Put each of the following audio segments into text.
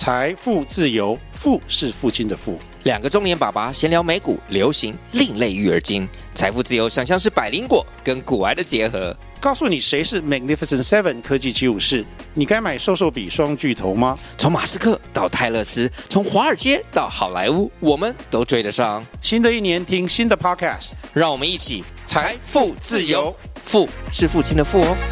财富自由，富是父亲的富。 两个中年爸爸闲聊美股、流行、另类育儿经，财富自由想象是百灵果跟股癌的结合。 告诉你谁是 Magnificent Seven 科技754，你该买瘦瘦比双巨头吗？ 从马斯克到泰勒斯，从华尔街到好莱坞，我们都追得上。 新的一年听新的 Podcast， 让我们一起财富自由， 富是父亲的富哦。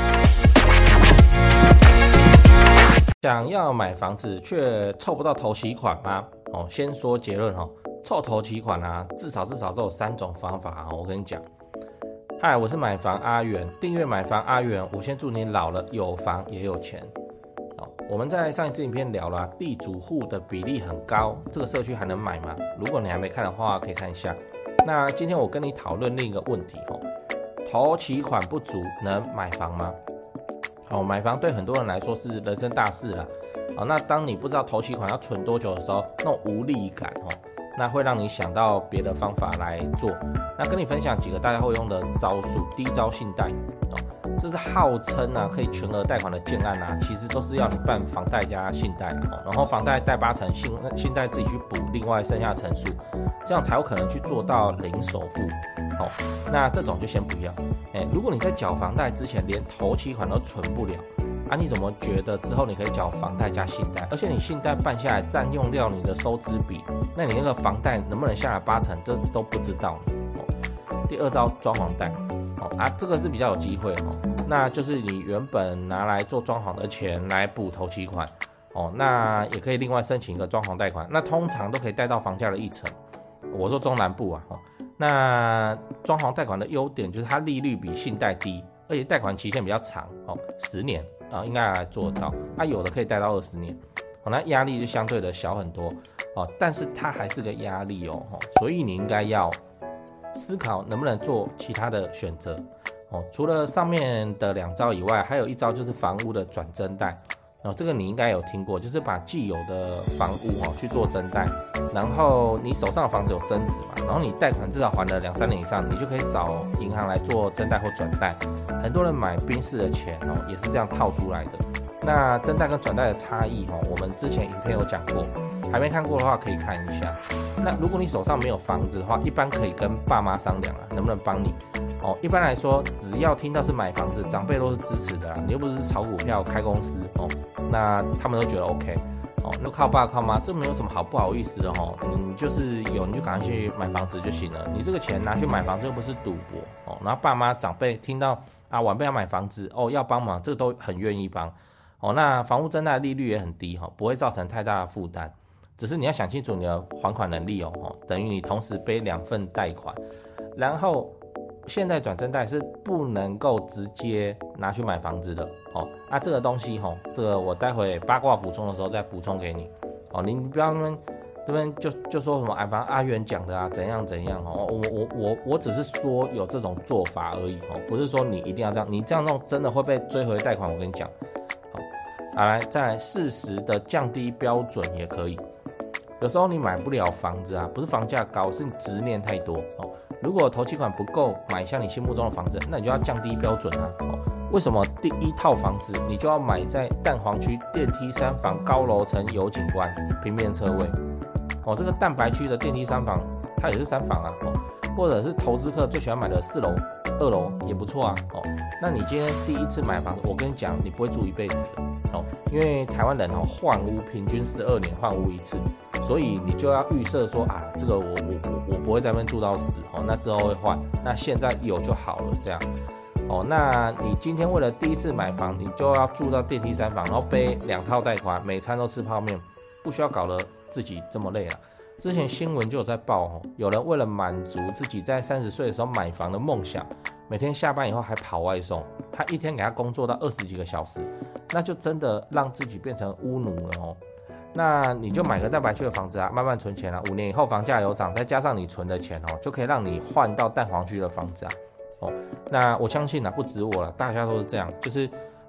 想要买房子却凑不到头期款吗？先说结论凑头期款啊，至少都有3种方法我跟你讲。嗨，我是买房阿元，订阅买房阿元，我先祝你老了有房也有钱。我们在上一支影片聊了地主户的比例很高，这个社区还能买吗？如果你还没看的话，可以看一下。那今天我跟你讨论另一个问题头期款不足能买房吗？买房对很多人来说是人生大事啦。那当你不知道头期款要存多久的时候，那种无力感那会让你想到别的方法来做。那跟你分享几个大家会用的招数。第一招，信贷这是号称可以全额贷款的建案其实都是要你办房贷加信贷然后房贷贷8成，信贷自己去补另外剩下的成数，这样才有可能去做到零首付那这种就先不要。如果你在缴房贷之前连头期款都存不了你怎么觉得之后你可以缴房贷加信贷？而且你信贷办下来占用掉你的收支比，那你那个房贷能不能下来8成，这都不知道第二招，装潢贷这个是比较有机会那就是你原本拿来做装潢的钱来补头期款那也可以另外申请一个装潢贷款，那通常都可以贷到房价的1成。我说中南部那装潢贷款的优点就是它利率比信贷低，而且贷款期限比较长10年应该来做得到有的可以贷到20年那压力就相对的小很多但是它还是个压力所以你应该要思考能不能做其他的选择除了上面的2招以外，还有一招就是房屋的转增贷这个你应该有听过，就是把既有的房屋去做增贷，然后你手上的房子有增值嘛，然后你贷款至少还了2-3年以上，你就可以找银行来做增贷或转贷。很多人买宾士的钱也是这样套出来的。那增贷跟转贷的差异我们之前影片有讲过，还没看过的话可以看一下。那如果你手上没有房子的话，一般可以跟爸妈商量能不能帮你一般来说只要听到是买房子，长辈都是支持的你又不是炒股票开公司那他们都觉得 OK那靠爸靠妈，这没有什么好不好意思的你就是有你就赶快去买房子就行了，你这个钱拿去买房子又不是赌博然后爸妈长辈听到晚辈要买房子要帮忙，这个都很愿意帮那房屋增贷利率也很低不会造成太大的负担，只是你要想清楚你的还款能力等于你同时背2份贷款。然后现在转增贷是不能够直接拿去买房子的这个东西这个我待会八卦补充的时候再补充给你你不要这边就说什么反正阿元讲的怎样我只是说有这种做法而已不是说你一定要这样，你这样弄真的会被追回贷款。我跟你讲来再来，适时的降低标准也可以。有时候你买不了房子不是房价高，是你执念太多如果头期款不够买下你心目中的房子，那你就要降低标准为什么第一套房子你就要买在蛋黄区电梯3房高楼层有景观平面车位这个蛋白区的电梯3房它也是3房或者是投资客最喜欢买的4楼2楼也不错那你今天第一次买房子，我跟你讲你不会住一辈子的因为台湾人换屋平均12年换屋1次，所以你就要预设说这个我不会在那边住到死那之后会换，那现在有就好了这样那你今天为了第一次买房，你就要住到电梯3房，然后背2套贷款，每餐都吃泡面，不需要搞得自己这么累了。之前新闻就有在报有人为了满足自己在30岁的时候买房的梦想，每天下班以后还跑外送，他一天给他工作到20几个小时，那就真的让自己变成屋奴了那你就买个蛋白区的房子慢慢存钱5年以后房价有涨，再加上你存的钱就可以让你换到蛋黄区的房子那我相信不止我了，大家都是这样，就是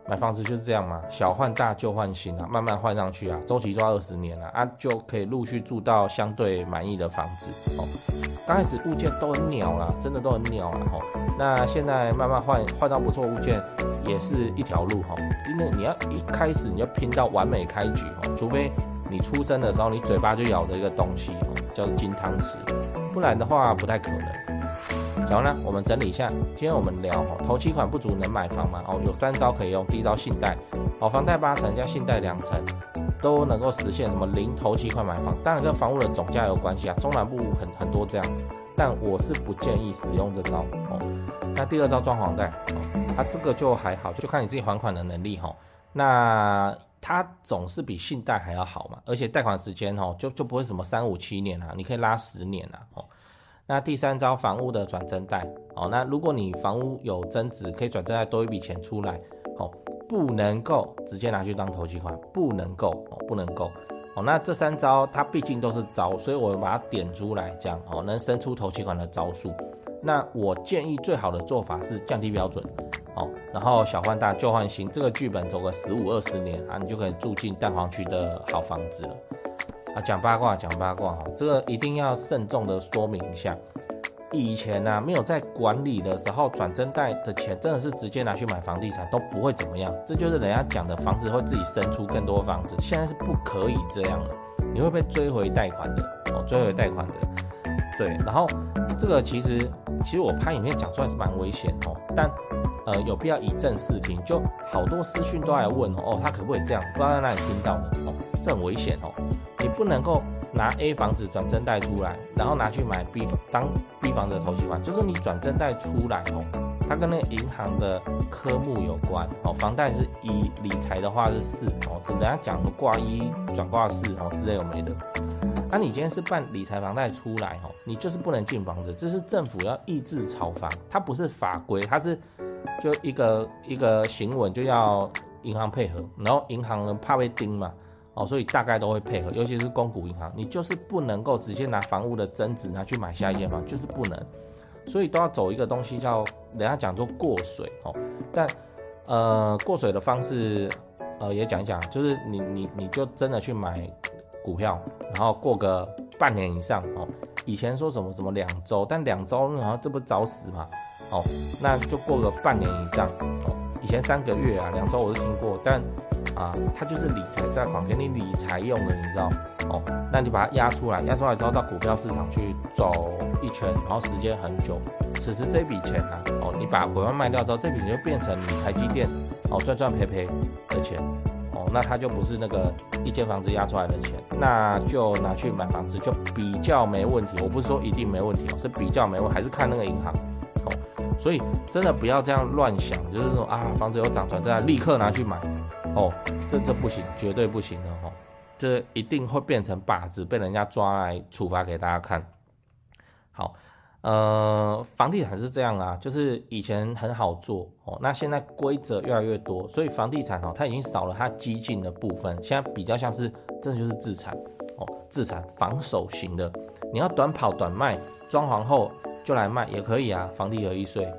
买房子就是这样嘛，小换大旧换新啊，慢慢换上去啊，周期都要20年啊，就可以陆续住到相对满意的房子哦。刚开始物件都很鸟啦，真的都很鸟啦哦。那现在慢慢换到不错物件，也是一条路哈。因为你要一开始你要拼到完美开局哦，除非你出生的时候你嘴巴就咬着一个东西哦，叫做金汤匙，不然的话不太可能。讲完了，我们整理一下，今天我们聊头期款不足能买房吗？有3招可以用。第一招信贷，房贷8成加信贷2成，都能够实现什么零头期款买房。当然跟房屋的总价有关系啊，中南部很多这样，但我是不建议使用这招那第二招装潢贷这个就还好，就看你自己还款的能力那它总是比信贷还要好嘛，而且贷款时间就不会什么3、5、7年啊，你可以拉10年啊那第3招房屋的转增贷那如果你房屋有增值，可以转增贷多一笔钱出来不能够直接拿去当头期款，不能够那这3招它毕竟都是招，所以我把它点出来，这样能生出头期款的招数。那我建议最好的做法是降低标准然后小换大旧换新，这个剧本走个15、20年你就可以住进蛋黄区的好房子了讲八卦这个一定要慎重的说明一下。以前没有在管理的时候，转增贷的钱真的是直接拿去买房地产都不会怎么样，这就是人家讲的房子会自己生出更多房子，现在是不可以这样了，你会被追回贷款的对，然后这个其实我拍影片讲出来是蛮危险但有必要以正视听，就好多私讯都来问他可不可以这样，不知道在哪里听到的这很危险你不能够拿 A 房子转增贷出来，然后拿去买 B 房子的头期款，就是你转增贷出来它跟那个银行的科目有关房贷是1，理财的话是4是人家讲的挂1转挂4之类有没的。你今天是办理财房贷出来你就是不能进房子，这是政府要抑制炒房，它不是法规，它是就一个行文就要银行配合，然后银行怕被盯嘛所以大概都会配合，尤其是公股银行，你就是不能够直接拿房屋的增值拿去买下一间房，就是不能，所以都要走一个东西叫人家讲做过水但过水的方式也讲一讲，就是你就真的去买股票，然后过个半年以上以前说什么2周，但2周然后这不找死嘛那就过个半年以上以前3个月2周我是听过，但它就是理财贷款，给你理财用的，你知道那你把它压出来之后到股票市场去走一圈，然后时间很久，此时这笔钱你把股票卖掉之后，这笔钱就变成你台积电赚赔的钱那它就不是那个一间房子压出来的钱，那就拿去买房子就比较没问题。我不是说一定没问题是比较没问题，还是看那个银行所以真的不要这样乱想，就是说房子有涨转债立刻拿去买这不行，绝对不行的这一定会变成靶子，被人家抓来处罚给大家看。好，房地产是这样就是以前很好做那现在规则越来越多，所以房地产它已经少了它激进的部分，现在比较像是真的就是自产自产防守型的，你要短跑短卖，装潢后就来卖也可以房地合一税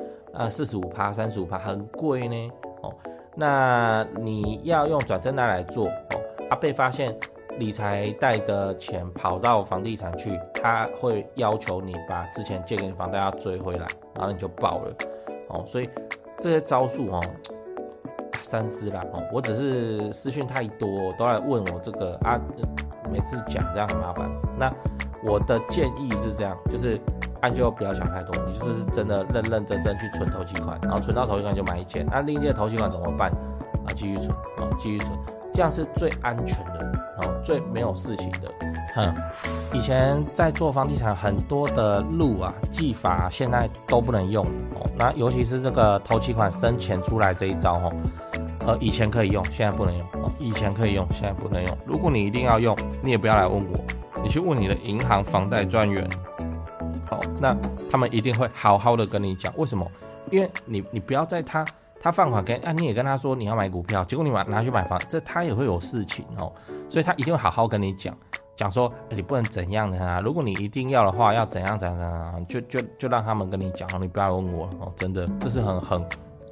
45%、35%很贵呢那你要用转增贷来做被发现理财贷的钱跑到房地产去，他会要求你把之前借给你房贷要追回来，然后你就爆了所以这些招数三思啦我只是私讯太多都来问我这个每次讲这样很麻烦。那我的建议是这样，就是就不要想太多，你就是真的认真去存头期款，然后存到头期款就买一间，另一间头期款怎么办继续存这样是最安全的最没有事情的以前在做房地产很多的路技法现在都不能用那尤其是这个头期款生钱出来这一招以前可以用，现在不能用以前可以用，现在不能用。如果你一定要用，你也不要来问我，你去问你的银行房贷专员那他们一定会好好的跟你讲为什么，因为你不要在他放款给你也跟他说你要买股票，结果你拿去买房，这他也会有事情所以他一定会好好跟你讲说你不能怎样的如果你一定要的话要怎样就让他们跟你讲你不要问我真的这是很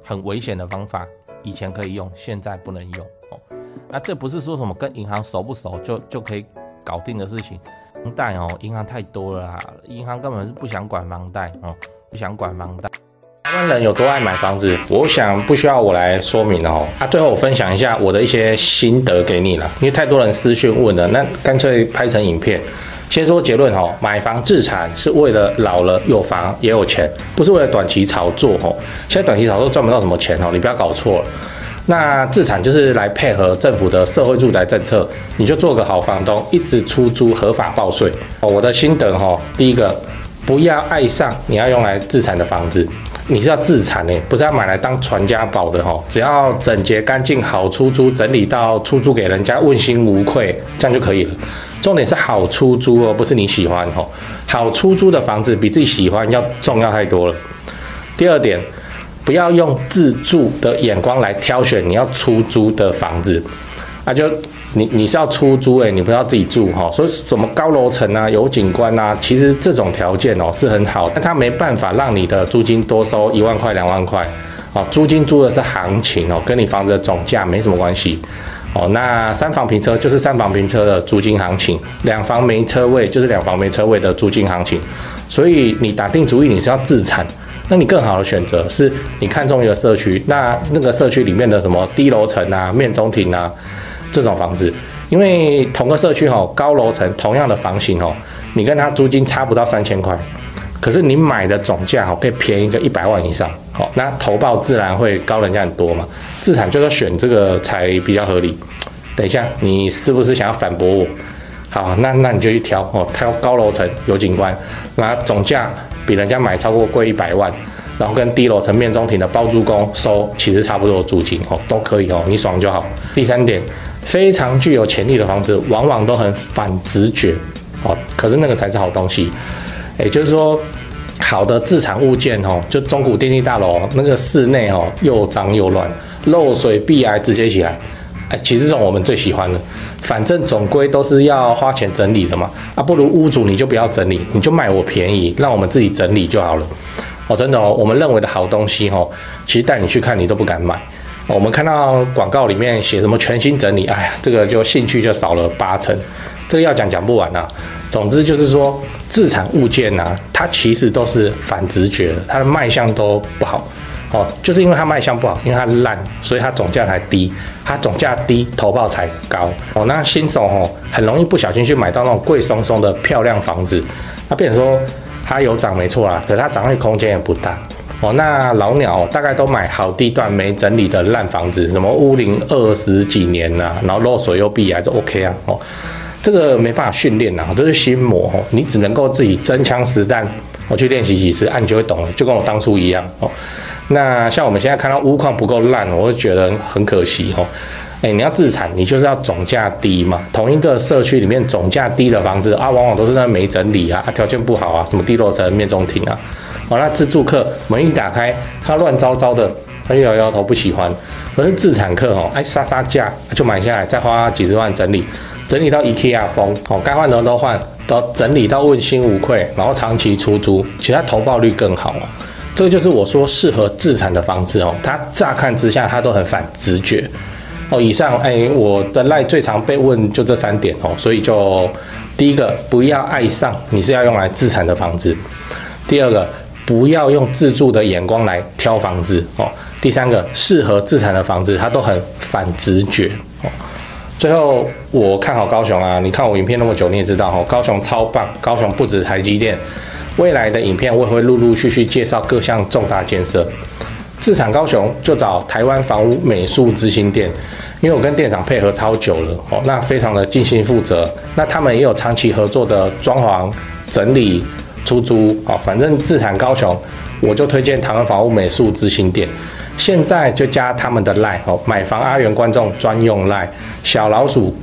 很危险的方法，以前可以用，现在不能用哦。那这不是说什么跟银行熟不熟就可以搞定的事情。房贷哦，银行太多了啦，银行根本是不想管房贷哦，不想管房贷。台湾人有多爱买房子，我想不需要我来说明了哦。最后我分享一下我的一些心得给你了，因为太多人私讯问了，那干脆拍成影片。先说结论哦，买房置产是为了老了有房也有钱，不是为了短期炒作哦。现在短期炒作赚不到什么钱哦，你不要搞错了。那置产就是来配合政府的社会住宅政策，你就做个好房东，一直出租合法报税。我的心得哦，第一个，不要爱上你要用来置产的房子。你是要自产的，不是要买来当传家宝的哈。只要整洁干净、好出租，整理到出租给人家问心无愧，这样就可以了。重点是好出租哦，不是你喜欢哦。好出租的房子比自己喜欢要重要太多了。第二点，不要用自住的眼光来挑选你要出租的房子就你是要出租你不是要自己住所以什么高楼层啊、有景观啊，其实这种条件是很好，但它没办法让你的租金多收1万块、2万块租金租的是行情跟你房子的总价没什么关系那3房平车就是3房平车的租金行情，2房没车位就是2房没车位的租金行情，所以你打定主意你是要自产，那你更好的选择是你看中一个社区，那个社区里面的什么低楼层啊、面中庭啊这种房子，因为同个社区高楼层同样的房型你跟它租金差不到3000块，可是你买的总价可以便宜个100万以上那投报自然会高人家很多嘛，自产就是选这个才比较合理。等一下你是不是想要反驳我？好，那你就去挑高楼层有景观，那总价比人家买超过贵100万，然后跟低楼层面中庭的包租公收其实差不多的租金都可以你爽就好。第三点，非常具有潜力的房子往往都很反直觉可是那个才是好东西。也就是说，好的自产物件就中古电梯大楼那个室内又脏又乱，漏水壁癌直接起来其实这种我们最喜欢了，反正总归都是要花钱整理的嘛不如屋主你就不要整理，你就卖我便宜，让我们自己整理就好了真的我们认为的好东西其实带你去看你都不敢买我们看到广告里面写什么全新整理，这个就兴趣就少了80%，这个要讲不完总之就是说，自产物件它其实都是反直觉的，它的卖相都不好就是因为它卖相不好，因为它烂，所以它总价才低，它总价低，投报才高那新手很容易不小心去买到那种贵松松的漂亮房子，那变成说它有涨没错啦，可是它涨的空间也不大那老鸟大概都买好地段没整理的烂房子，什么屋龄20几年然后漏水又壁癌就 OK 这个没办法训练这是心魔你只能够自己真枪实弹去练习几次你就会懂了，就跟我当初一样那像我们现在看到屋况不够烂，我会觉得很可惜你要自产，你就是要总价低嘛。同一个社区里面总价低的房子往往都是那没整理条件不好什么低楼层、面中庭那自住客门一打开，他乱糟糟的，他就摇摇头不喜欢。可是自产客杀价就买下来，再花几十万整理到 IKEA 风该换的都换，都整理到问心无愧，然后长期出租，其实它投报率更好这个就是我说适合自产的房子它乍看之下它都很反直觉以上我的赖最常被问就这3点所以就第一个，不要爱上你是要用来自产的房子；第二个，不要用自住的眼光来挑房子第三个，适合自产的房子它都很反直觉最后我看好高雄你看我影片那么久你也知道高雄超棒，高雄不止台积电，未来的影片我也会陆陆续续介绍各项重大建设。自产高雄就找台湾房屋美术之星店，因为我跟店长配合超久了那非常的尽心负责，那他们也有长期合作的装潢、整理、出租反正自产高雄我就推荐台湾房屋美术之星店。现在就加他们的 LINE 买房阿元观众专用 LINE 小老鼠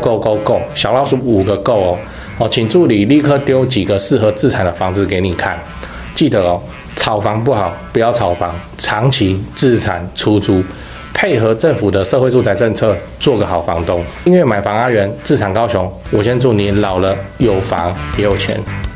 go 小老鼠5个 go 请助理立刻丢几个适合自产的房子给你看。记得炒房不好，不要炒房，长期自产出租，配合政府的社会住宅政策，做个好房东。因为买房阿元自产高雄，我先祝你老了有房也有钱。